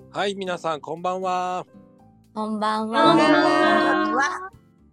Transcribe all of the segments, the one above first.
はい、皆さんこんばんは。 こんばんこんばんは。 は。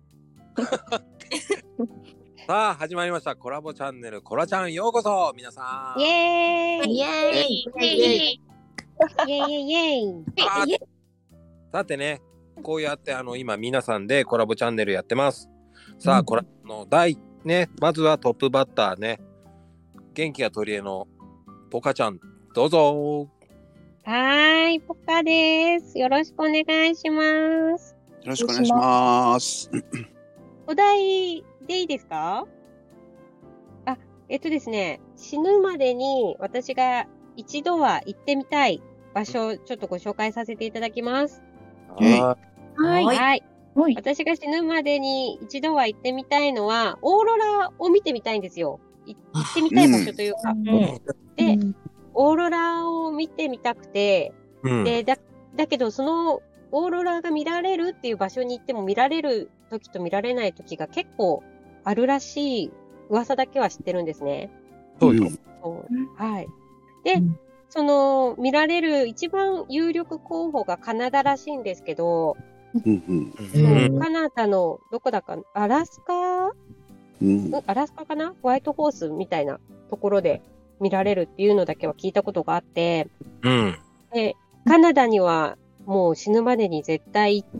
さあ始まりましたコラボチャンネルコラちゃん、ようこそ皆さん。 イエーイイエーイ。 イエーイイエーイイエーイあさてね、こうやって今皆さんでコラボチャンネルやってます。さあ、コラボのまずはトップバッターね、元気が取り柄のポカちゃん、どうぞ。 はーい、ポカです。よろしくお願いします。 よろしくお願いします。 お題でいいですか？ですね、死ぬまでに私が一度は行ってみたい場所をちょっとご紹介させていただきます。 ははい。私が死ぬまでに一度は行ってみたいのは、オーロラを見てみたいんですよ。行ってみたい場所というか。で、オーロラを見てみたくて、で、だけどそのオーロラが見られるっていう場所に行っても見られる時と見られない時が結構あるらしい噂だけは知ってるんですね。 そうよ。 はい。で、その見られる一番有力候補がカナダらしいんですけど、カナダのどこだか、アラスカかな？ホワイトホースみたいなところで見られるっていうのだけは聞いたことがあって、でカナダにはもう死ぬまでに絶対行って、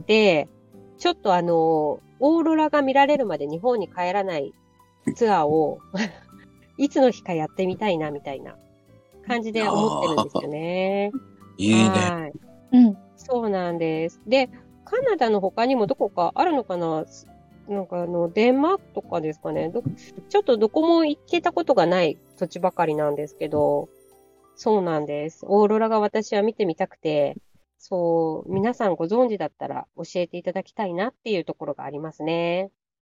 ちょっとオーロラが見られるまで日本に帰らないツアーをいつの日かやってみたいなみたいな感じで思ってるんですよね。 いいね。 はい。そうなんです。で、カナダの他にもどこかあるのかな？なんかデンマークとかですかね。ちょっとどこも行けたことがない土地ばかりなんですけど、そうなんです。オーロラが私は見てみたくて、そう、皆さんご存知だったら教えていただきたいなっていうところがありますね。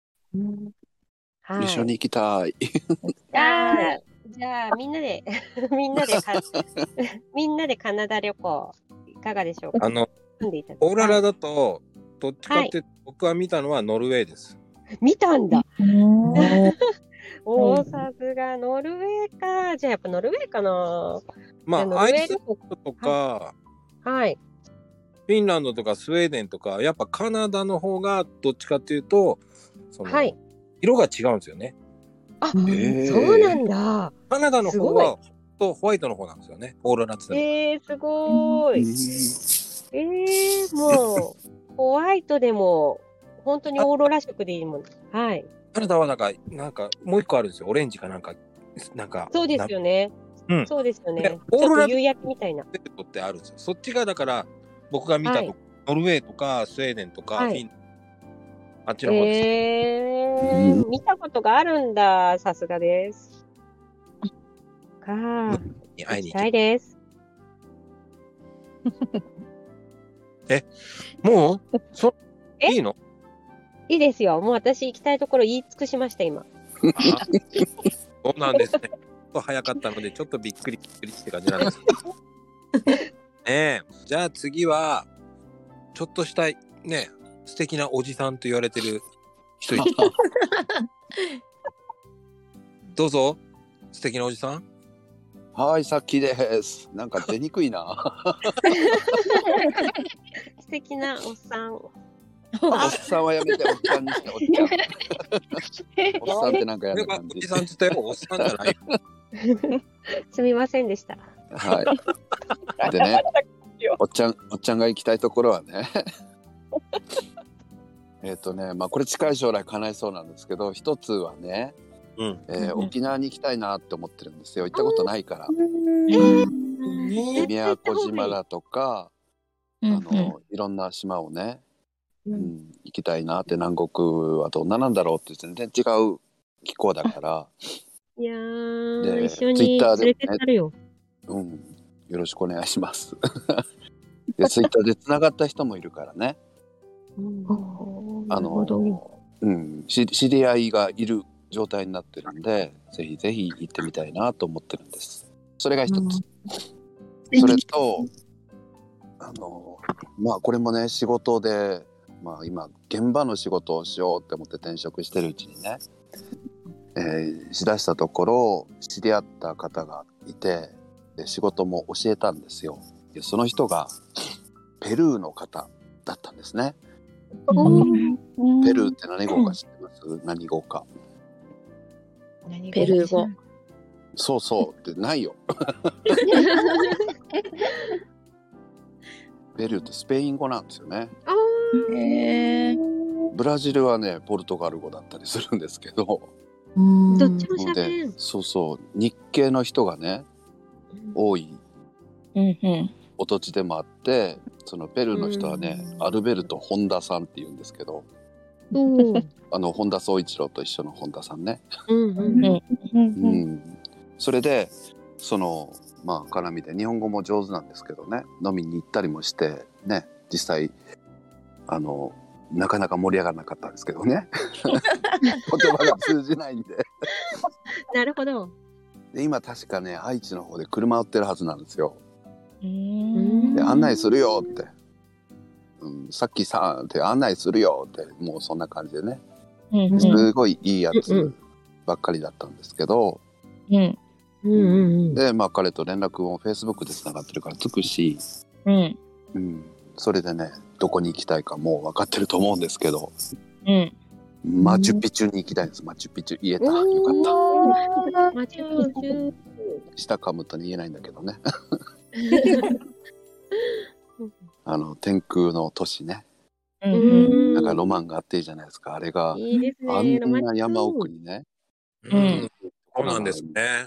一緒に行きたい。 じゃあ、みんなで、みんなでカナダ旅行、いかがでしょうか？ オーロラだと、どっちかっていうと、僕は見たのはノルウェーです。 見たんだ。さすがノルウェーか。じゃあやっぱノルウェーかな。 まあ、アイスランドとか、 はい。 フィンランドとかスウェーデンとか、やっぱカナダの方がどっちかっていうと、色が違うんですよね。 そうなんだ。 カナダの方はホワイトの方なんですよね。オーロラってすごい。もうホワイトでも本当にオーロラ色でいいもん。はい。 カナダはなんかもう一個あるんですよ。オレンジかなんか。 そうですよね。そうですよね。 オーロラ夕焼けみたいな。 ってあるんですよ。そっちがだから僕が見たとノルウェーとかスウェーデンとかフィンあっちの方です。 見たことがあるんだ。さすがです。行きたいです。 もういいの？ いいですよ。もう私行きたいところ言い尽くしました、今。 そうなんですね。ちょっと早かったので、ちょっとびっくりって感じなんですけど。じゃあ次は、ちょっとしたね、素敵なおじさんと言われてる人いる。どうぞ、素敵なおじさん。 はい、さっきです。なんか出にくいな。 素敵なおっさん。 おっさんはやめて、おっちゃんにして、おっちゃん。おっさんってなんかやる感じ。 おじさんって言ったよ、おっさんじゃない。 すみませんでした。 はい。でね、おっちゃんが行きたいところはね。まあこれ近い将来叶いそうなんですけど、一つはね、沖縄に行きたいなって思ってるんですよ。行ったことないから。宮古島だとか、いろんな島をね、行きたいなって。南国はどんななんだろうって全然違う気候だから。 いやー、一緒に連れてったるよ。 よろしくお願いします。で、ツイッターでつながった人もいるからね。知り合いがいる状態になってるんで、ぜひぜひ行ってみたいなと思ってるんです。それが一つ。それとまあこれもね、仕事で、まあ今現場の仕事をしようって思って転職してるうちにね、しだしたところ知り合った方がいて、で仕事も教えたんですよ。でその人がペルーの方だったんですね。 うんペルーって何語か知ってます？何語か。 ペルー語。 そうそうってないよ。ペルーってスペイン語なんですよね。ブラジルはねポルトガル語だったりするんですけど、 どっちも喋れでる。 そうそう日系の人がね多いお土地でもあって、そのペルーの人はね、アルベルト・本田さんって言うんですけど、本田宗一郎と一緒の本田さんね。それでまあ絡みで日本語も上手なんですけどね、飲みに行ったりもしてね、実際なかなか盛り上がらなかったんですけどね言葉が通じないんでなるほど。 で今確かね愛知の方で車売ってるはずなんですよ。 で案内するよって、さっきさって案内するよって、もうそんな感じでね、すごいいいやつばっかりだったんですけど、でまあ彼と連絡も Facebook でつながってるからつくし、それでねどこに行きたいかもう分かってると思うんですけど、マチュピチュに行きたいんです。マチュピチュ言えた、よかった。 マチュピチュ。 下噛むと言えないんだけどね天空の都市ね、なんかロマンがあっていいじゃないですか。あれがいいですね、 あんな山奥にね、 そうなんですね。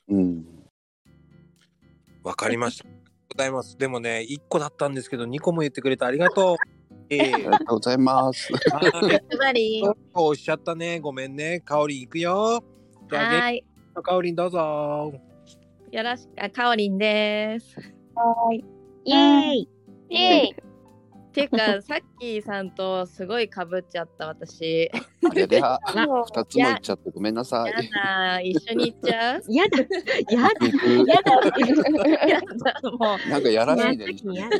わかりました。ございます。でもね、1個だったんですけど、2個も言ってくれてありがとう。 ありがとうございます。 おっしゃったね。ごめんね。かおりん行くよ。じゃあ、かおりんどうぞ。 よろしく、かおりんです。 イエーイ。 イエーイ。ていうか、さっきーさんとすごい被っちゃった私。 あれで2つも言っちゃってごめんなさい。 やだ、一緒に行っちゃう？ やだ、やだ、 やだ、やだ、もう。 なんかやらないで。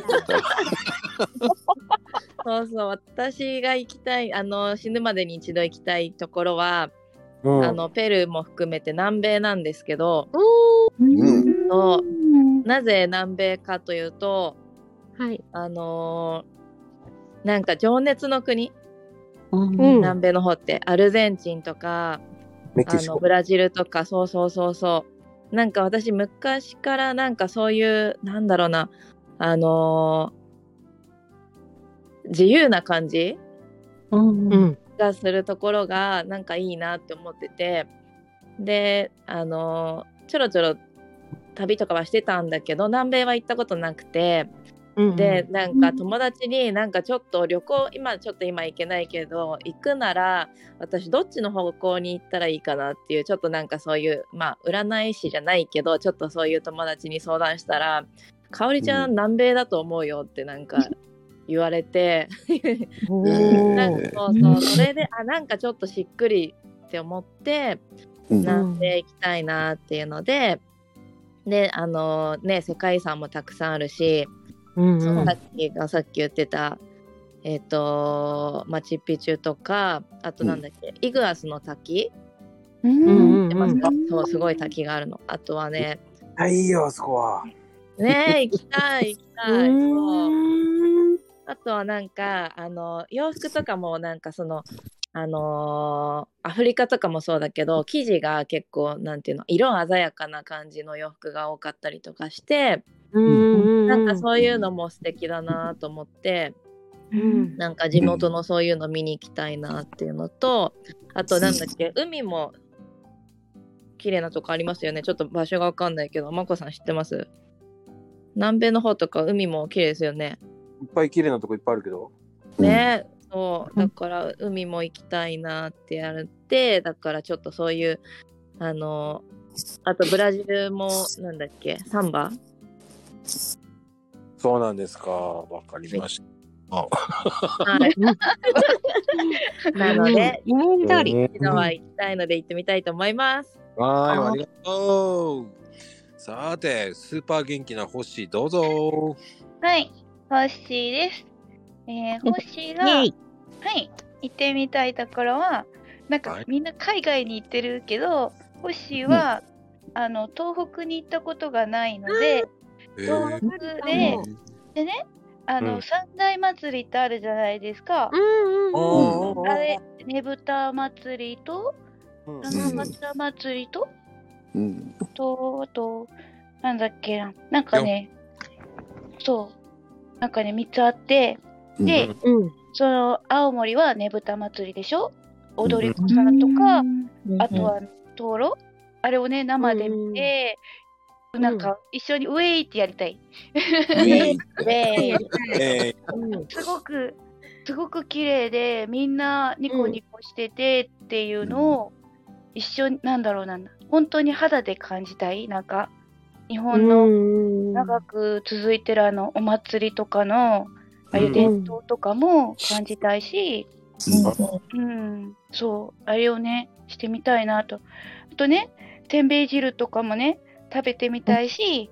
そうそう、私が行きたい、死ぬまでに一度行きたいところは、ペルーも含めて南米なんですけど、なぜ南米かというと、なんか情熱の国、南米の方ってアルゼンチンとかブラジルとか、そうなんか私昔からなんかそういうなんだろうな、自由な感じ、がするところがなんかいいなって思ってて、でちょろちょろ旅とかはしてたんだけど南米は行ったことなくて、でなんか友達になんかちょっと旅行今行けないけど行くなら私どっちの方向に行ったらいいかなっていう、ちょっとなんかそういうまあ占い師じゃないけどちょっとそういう友達に相談したら、かおりちゃん南米だと思うよってなんか言われてなんかそれでなんかちょっとしっくりって思って南米行きたいなっていうので、で世界遺産もたくさんあるし、さっき言ってたマチュピチュとか、あとなんだっけ、イグアスの滝、そうすごい滝があるの。あとはね、 いいよそこはね、行きたいあとはなんか洋服とかもなんかアフリカとかもそうだけど生地が結構なんていうの、色鮮やかな感じの洋服が多かったりとかして、なんかそういうのも素敵だなと思って、なんか地元のそういうの見に行きたいなっていうのと、あとなんだっけ、海も綺麗なとこありますよね。ちょっと場所がわかんないけど、まこさん知ってます？南米の方とか海も綺麗ですよね。 いっぱい綺麗なとこいっぱいあるけどね、そうだから海も行きたいなってやって、だからちょっとそういうあとブラジルもなんだっけ、サンバ。 そうなんですか。わかりました。 はい、なのでイメージ通り一度は行きたいので行ってみたいと思います。 はい、ありがとう。さてスーパー元気なホッシーどうぞ。 はい、ホッシーです。ホッシーがはい行ってみたいところは、なんかみんな海外に行ってるけど、ホッシーは、東北に行ったことがないので、東北でね、 三大祭りってあるじゃないですか。あれ、ねぶた祭りと、七夕祭りと、あと、なんだっけな。なんかね、そう。なんかね、3つあって、で、その、青森はねぶた祭りでしょ？踊り子さんとか、あとは、灯籠あれをね、生で見て、なんか、一緒にウェイってやりたい。すごく綺麗で、みんなニコニコしててっていうのを、一緒に、なんだろうな、本当に肌で感じたい。なんか、日本の長く続いてるお祭りとかの、ああいう伝統とかも感じたいし、そう、あれをね、してみたいなと。あとね、せんべい汁とかもね、食べてみたいし、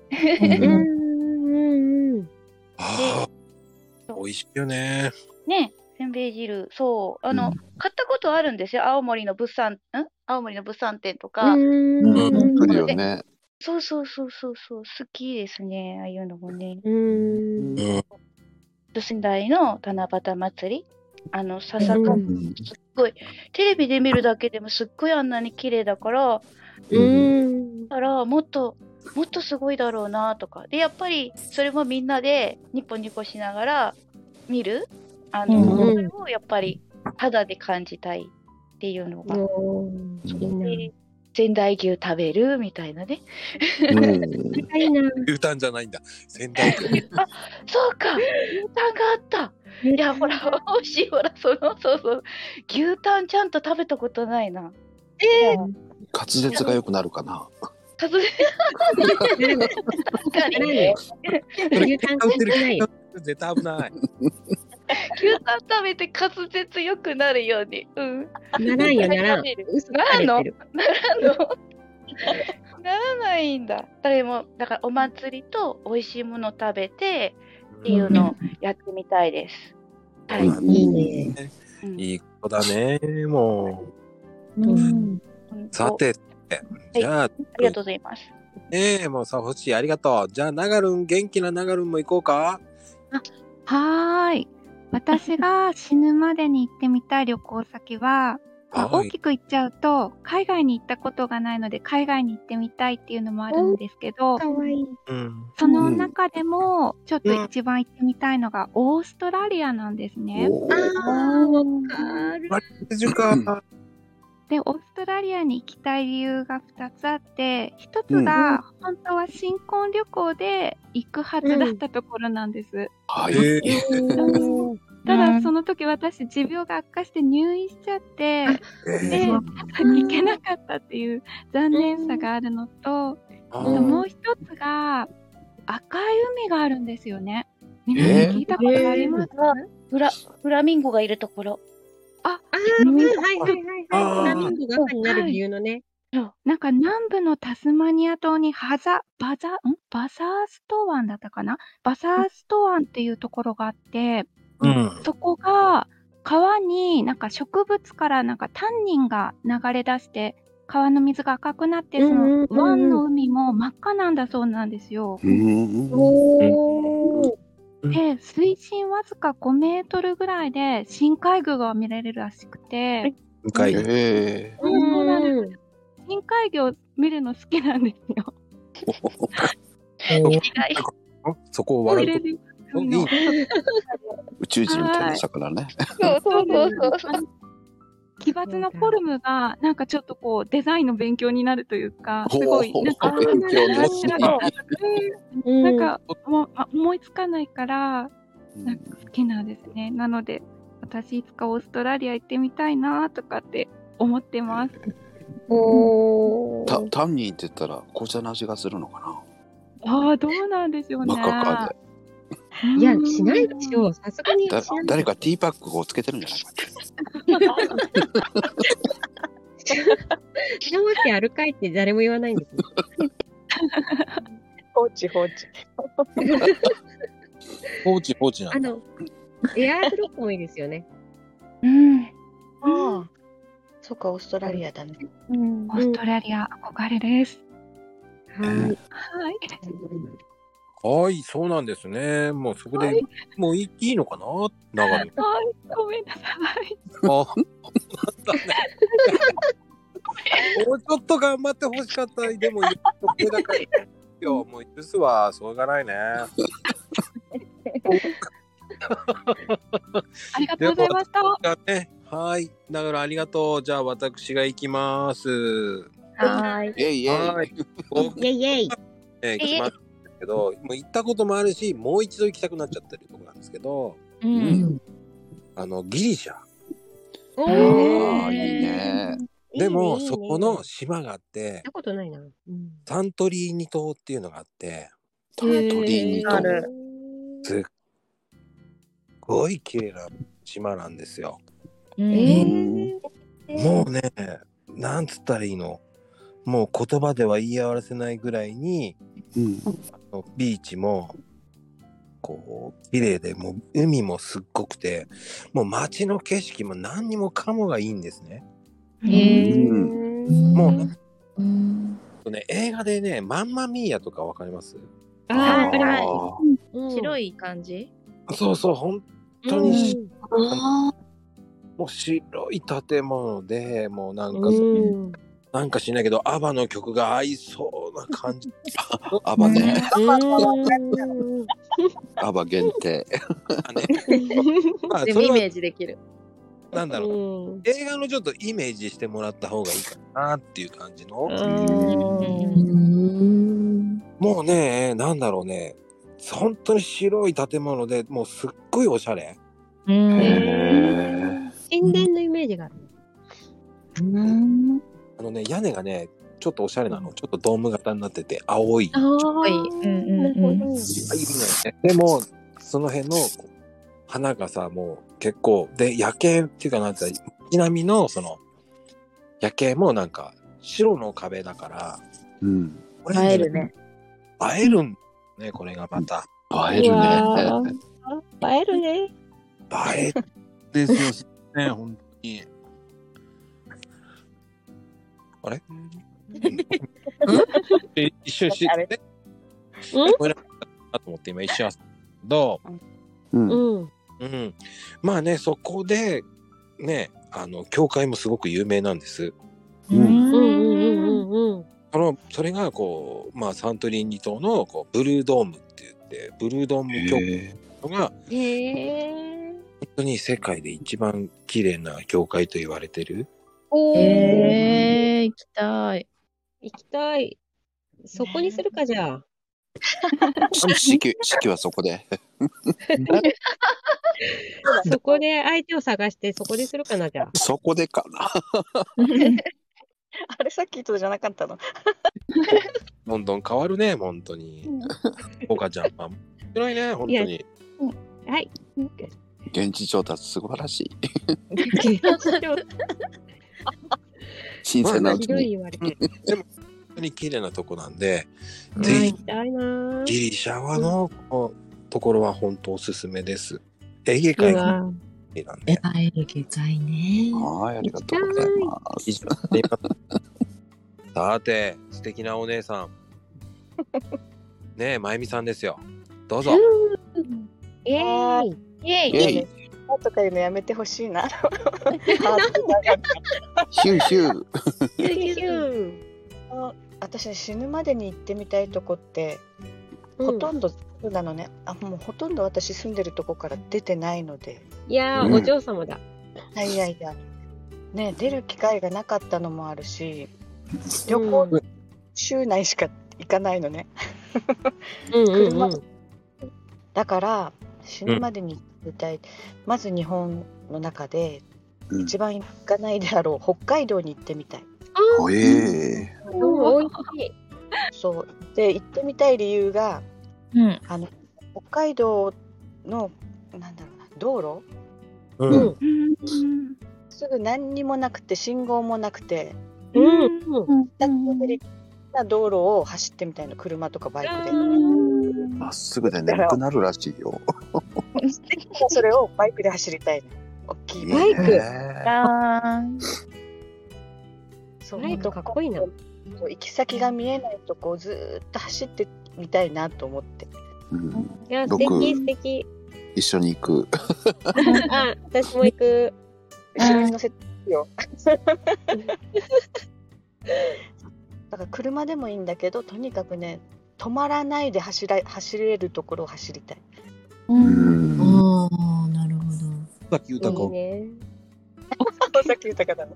美味しいよね。 ね、せんべい汁、そう、買ったことあるんですよ。青森の物産展とか。 あるよね。 そう、好きですね、ああいうのもね。仙台の七夕祭り、笹かすっごい、テレビで見るだけでもすっごいあんなに綺麗だから、だからもっとすごいだろうなとか。で、やっぱりそれもみんなでニコニコしながら見る、それをやっぱり肌で感じたいっていうのが、仙台牛食べるみたいなね。 牛タンじゃないんだ。仙台牛。 あ、そうか。牛タンがあった。いや、ほら、美味しい。ほら、そう。牛タンちゃんと食べたことないな。 滑舌が良くなるかな。 滑舌。確かに。 牛タン食べないよ。 絶対危ない。 牛タン食べて滑舌良くなるように。 ならんよ、ならん。 ならんの？ならないんだ。誰も、だからお祭りと美味しいもの食べてっていうのをやってみたいです。 はい。いいね。 いい子だね、もう。さて、じゃあ、 ありがとうございます。 もうさ、ほちありがとう。じゃあ、元気なながるんも行こうか。 はーい。私が死ぬまでに行ってみたい旅行先は、大きく言っちゃうと、海外に行ったことがないので、海外に行ってみたいっていうのもあるんですけど、その中でも、ちょっと一番行ってみたいのが、オーストラリアなんですね。 わかる。 で、オーストラリアに行きたい理由が2つあって、1つが、本当は新婚旅行で行くはずだったところなんです。ただ、その時私、持病が悪化して入院しちゃって、で、行けなかったっていう残念さがあるのと、もう一つが、赤い海があるんですよね。皆さん聞いたことあります？ フラミンゴがいるところ。 はい。フラミンゴが赤になる理由のね。 なんか南部のタスマニア島にバサースト湾だったかな？バサースト湾っていうところがあって、そこが川になんか植物からなんかタンニンが流れ出して、川の水が赤くなって、その湾の海も真っ赤なんだそうなんですよ。で、水深わずか5メートルぐらいで深海魚が見られるらしくて。 深海魚。 深海魚見るの好きなんですよ。 そこを笑うと。 宇宙人みたいな魚ね。 奇抜なフォルムがなんかちょっとこうデザインの勉強になるというか、すごいなんかなんか思いつかないからなんか好きなんですね。なので私いつかオーストラリア行ってみたいなとかって思ってます。 タンニンって言ったら紅茶の味がするのかな。どうなんでしょうね。 真っ赤で。 いや、しないでしょう。さすがに誰かティーパックをつけてるんじゃないかって。 なわけあるかいって誰も言わないんですよ。 放置。 放置なんだ。 エアーズロックもいいですよね。 そうか、オーストラリアだね。 オーストラリア憧れです。 はい。 はい、そうなんですね。もうそこで、もういいのかな、流れ。 はい、ごめんなさい。 もうちょっと頑張ってほしかった。でも、これだからよ、もう許すわ、しょうがないね。 ありがとうございました。 はい、だからありがとう。じゃあ私が行きます。 はい。 イェイイェイ。 イェイイェイ。 来ましたけど、もう行ったこともあるし、もう一度行きたくなっちゃってるところなんですけど、ギリシャ。 ああ、いいね。 でもそこの島があって、 行ったことないな。 サントリーニ島っていうのがあって、 サントリーニ島。 すっごい綺麗な島なんですよ。もうね、なんつったらいいの、もう言葉では言い表せないぐらいに、ビーチもこう綺麗で、もう海もすっごくて、もう街の景色も何にもかもがいいんですね。もうね、映画でね、マンマミーヤとかわかります？ わかります。白い感じ？ そうそう、本当にもう白い建物で、もうなんかしないけど、アバの曲が合いそうな感じ。 アバね。アバ限定。 でもイメージできる。 なんだろう、映画のちょっとイメージしてもらった方がいいかなっていう感じの。もうね、なんだろうね、本当に白い建物で、もうすっごいおしゃれ。 神殿のイメージがある。 屋根がね、ちょっとおしゃれなの。ちょっとドーム型になってて、青い。 いいね。 でも、その辺の花がさ、もう結構、で、夜景っていうかなんて、ちなみの、その、夜景もなんか、白の壁だから、 映えるね。 映えるんね、これがまた。 映えるね。 映えるね。 映えですよね、本当に。あれ一瞬知ってこれだと思って今一瞬どうまあね、そこでね、教会もすごく有名なんです。それがこう、まあ、サントリーニ島のこうブルードームって言って、ブルードーム教会が本当に世界で一番綺麗な教会と言われてる。 行きたい。 行きたい。そこにするか、じゃあ。 式はそこで。 そこで相手を探して、そこでするかな、じゃあ。 そこでかな。 あれ、さっき言ったじゃなかったの。 どんどん変わるね、本当に。おかちゃんは。面白いね、本当に。 はい。 現地調達素晴らしい。新鮮なうちに。 でも本当に綺麗なとこなんで、 ぜひギリシャはのところは本当おすすめです。エーゲ海がなんで。 エーゲ海ね。 はい、ありがとうございます。 さて、素敵なお姉さん。ねえ、まゆみさんですよ。どうぞ。 イエーイ。 イエーイ。とかいうのやめてほしいな。 ヒューヒュー。私死ぬまでに行ってみたいとこって、ほとんどなのね。もうほとんど私住んでるとこから出てないので。 いやー、お嬢様だ。 いやね、出る機会がなかったのもあるし、旅行週内しか行かないのね。だから死ぬまでに行きたい。まず日本の中で一番行かないであろう北海道に行ってみたい。そうで行ってみたい理由が、北海道のなんだろうな、道路、すぐ何にもなくて信号もなくて、な道路を走ってみたいの、車とかバイクで。 まっすぐで眠くなるらしいよ。 それをバイクで走りたいの。大きいバイク。 バイクかっこいいな。行き先が見えないとこをずっと走ってみたいなと思って。 いや、素敵素敵。 一緒に行く。 あ、私も行く。 後ろに乗せてよ。だから車でもいいんだけど、とにかくね、止まらないで走れるところを走りたい。 ああ、なるほど。 尾崎豊。 いいね。 尾崎豊だね。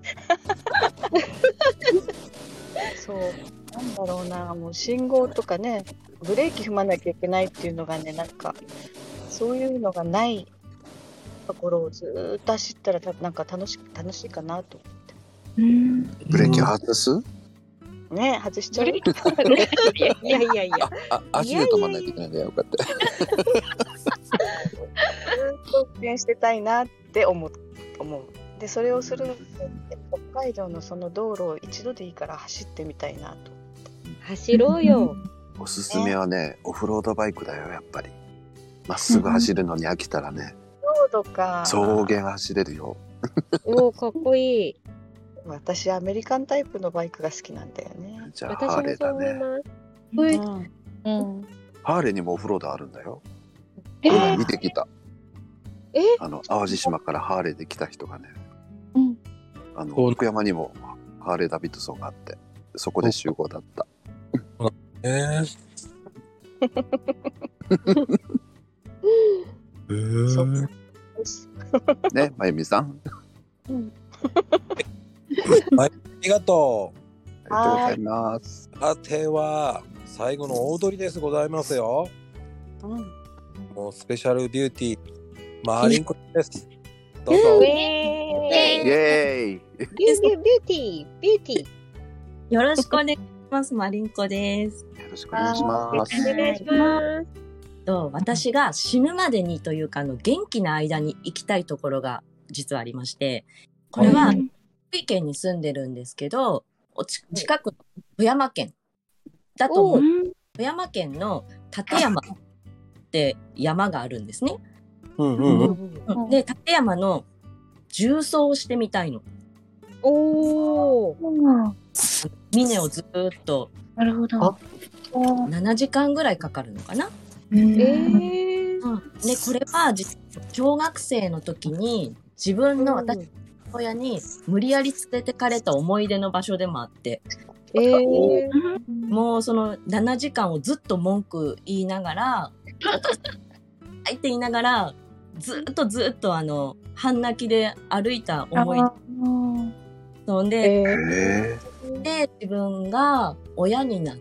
そう、なんだろうな、もう信号とかね、ブレーキ踏まなきゃいけないっていうのがね、なんかそういうのがないところをずーっと走ったら、なんか楽しいかなと思って。 ブレーキ外す？ ね、外しちゃう。 いやいやいや。 足で止まんないといけないんだよ、こうやって。 ずっと運転してたいなって思う。で、それをするのって北海道のその道路を一度でいいから走ってみたいなと。 走ろうよ。 おすすめはね、オフロードバイクだよ、やっぱり。まっすぐ走るのに飽きたらね、 ロードか。 草原走れるよ。 おー、かっこいい。 私アメリカンタイプのバイクが好きなんだよね。 じゃあ私ハーレーだもそう思いね。 ます。 ハーレーにもオフロードあるんだよ。 え見てきた。 え淡路島からハーレーで来た人がね、福山にもハーレーダビッドソンがあって、そこで集合だった。ね、まゆみさん。 はい、ありがとう。ありがとうございます。 さては最後の大取りですございますよ。もうスペシャルビューティーマーリンコです。どうぞ。 イエーイ。 ビューティー。 よろしくお願いします。マリンコです。 よろしくお願いします。 お願いします。 私が死ぬまでにというか元気な間に行きたいところが実はありまして、これは福井県に住んでるんですけど、近くの富山県だと思う。富山県の立山って山があるんですね。で、立山の縦走をしてみたいの。峰をずっと。 なるほど。 7時間ぐらいかかるのかな。でこれは小学生の時に自分の私の親に無理やり連れてかれた思い出の場所でもあって、もうその7時間をずっと文句言いながらって言いながらずっと半泣きで歩いた思い出。そんで、自分が親になって、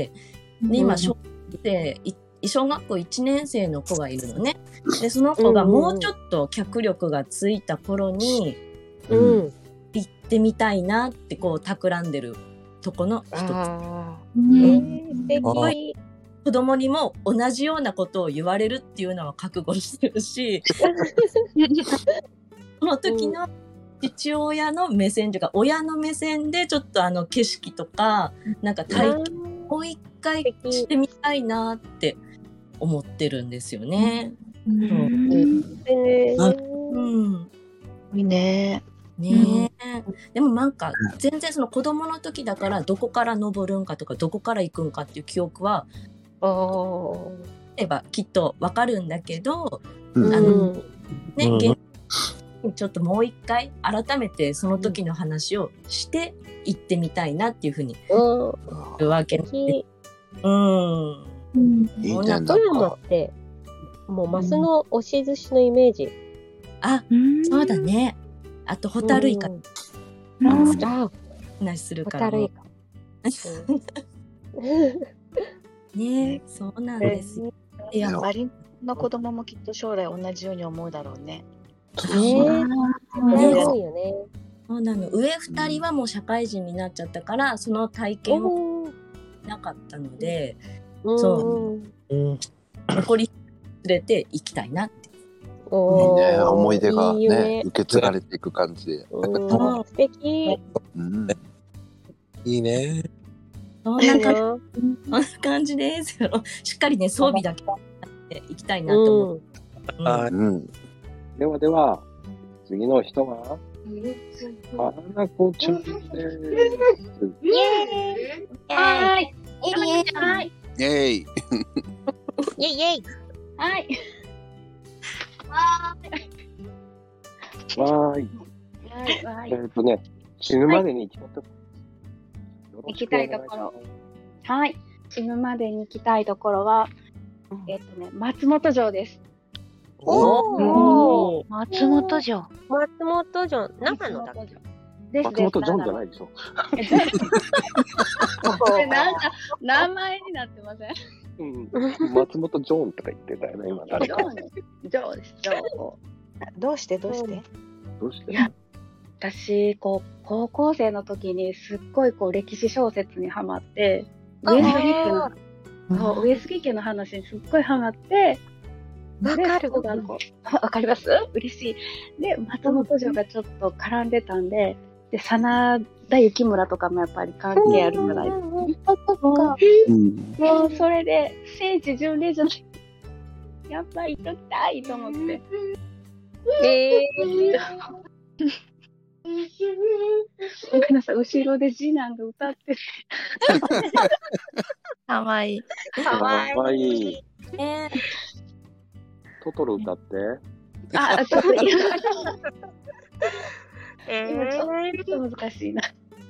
で今小学校1年生の子がいるのね。でその子がもうちょっと脚力がついた頃に、行ってみたいなってこう企んでるとこの一つ。 素敵。 子供にも同じようなことを言われるっていうのは覚悟してるし、その時の父親の目線というか親の目線でちょっと景色とかなんか体験をもう一回してみたいなって思ってるんですよね。 いいね。 でもなんか全然その子供の時だからどこから登るんかとかどこから行くんかっていう記憶は例えばきっとわかるんだけど、ちょっともう一回改めてその時の話をして行ってみたいなっていうふうに言うわけです。 富山ってもうマスの押し寿司のイメージ。 そうだね。あとホタルイカ話するから。ホタルイカ。ね、そうなんですよ。 いや、マリンの子供もきっと将来同じように思うだろうね。 そうなの。上2人はもう社会人になっちゃったからその体験をなかったので、残り連れて行きたいなって。 いいね、思い出がね受け継がれていく感じで。 素敵。 いいね。 そんな感じですよ。しっかりね装備だけで行きたいなと思う。 では次の人は花子ちゃんです。 イエーイ。 イエーイ。 イェイイェイ。 はい。 わーい。死ぬまでに行きたいところ。 行きたいところ。はい。死ぬまでに行きたいところは、松本城です。 おー。 松本城。 松本城、長野だっけ？ 松本城じゃないでしょ。 なんか名前になってません？ 松本ジョーンとか言ってたよね、今誰か。 ジョーです、ジョー。 どうしていや、私、高校生の時にすっごい歴史小説にハマって、上杉家の話にすっごいハマって、 わかる。 わかります？嬉しい。で、松本城がちょっと絡んでたんで、真田幸村とかもやっぱり関係あるじゃないですか。もうそれで聖地巡礼じゃない。やっぱり行きたいと思って。ごめんなさい、後ろで次男が歌ってて。 かわいい。 かわいい。トトロ歌って。 あ、ちょっとちょっと難しいな。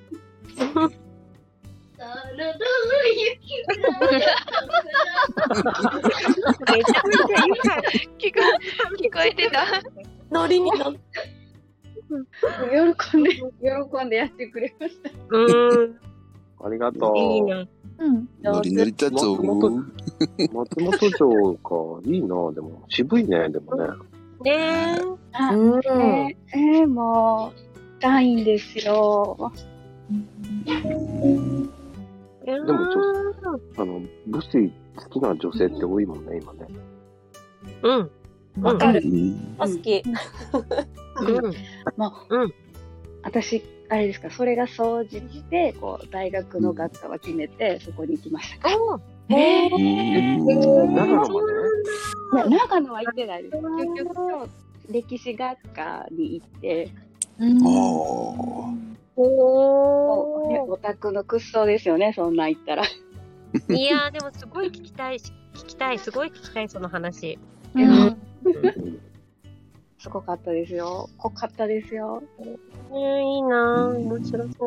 めちゃめちゃ聞こえてた。 ノリに乗って喜んでやってくれました。 ありがとう。 いいな。 ノリノリだぞ。 松本城か、いいな、でも渋いね、でもね。 もうしたいんですよ。 でも武士好きな女性って多いもんね、今ね。 わかる。好き。 私あれですか、それが総じて大学の学科は決めてそこに行きました。 長野は行ってないです。結局歴史学科に行って。オタクの屈相ですよね、そんなん言ったら。 いやー、でもすごい聞きたい、すごい聞きたい、その話。 すごかったですよ。濃かったですよ。 いいなぁ、面白そう。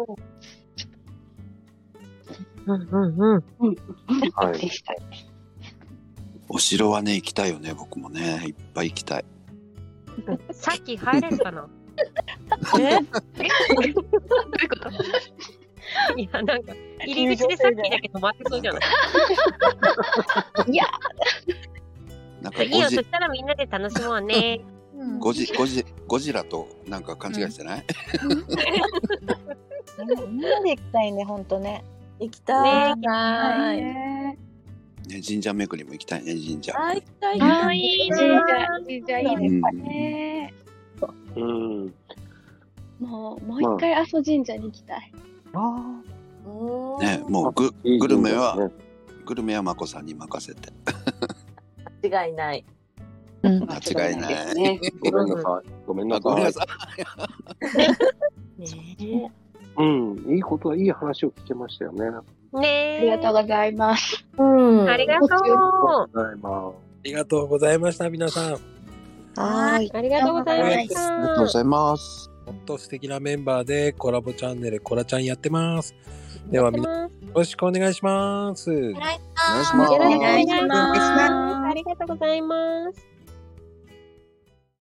お城はね、行きたいよね、僕もね。いっぱい行きたい。 さっき入れるかな？どういうこと？いや、なんか、入り口でさっきだけ止まってそうじゃない？ いや、 いいよ、そしたらみんなで楽しもうね。 ゴジラとなんか勘違いしてない？ みんなで行きたいね、ほんとね。 行きたい。 ね、神社巡りも行きたいね、神社。 行きたい。 神社いいですかね。もう一回阿蘇神社に行きたい。 ね、もうグルメはまこさんに任せて。 間違いない。 間違いない。 ごめんなさい。いいことはいい話を聞けましたよね。 ね、 ありがとうございます。 ありがとう。 ありがとうございました、皆さん。 ありがとうございました。 ありがとうございます。 もっと素敵なメンバーでコラボチャンネルコラちゃんやってます。では皆さんよろしくお願いします。 お願いします。ありがとうございます。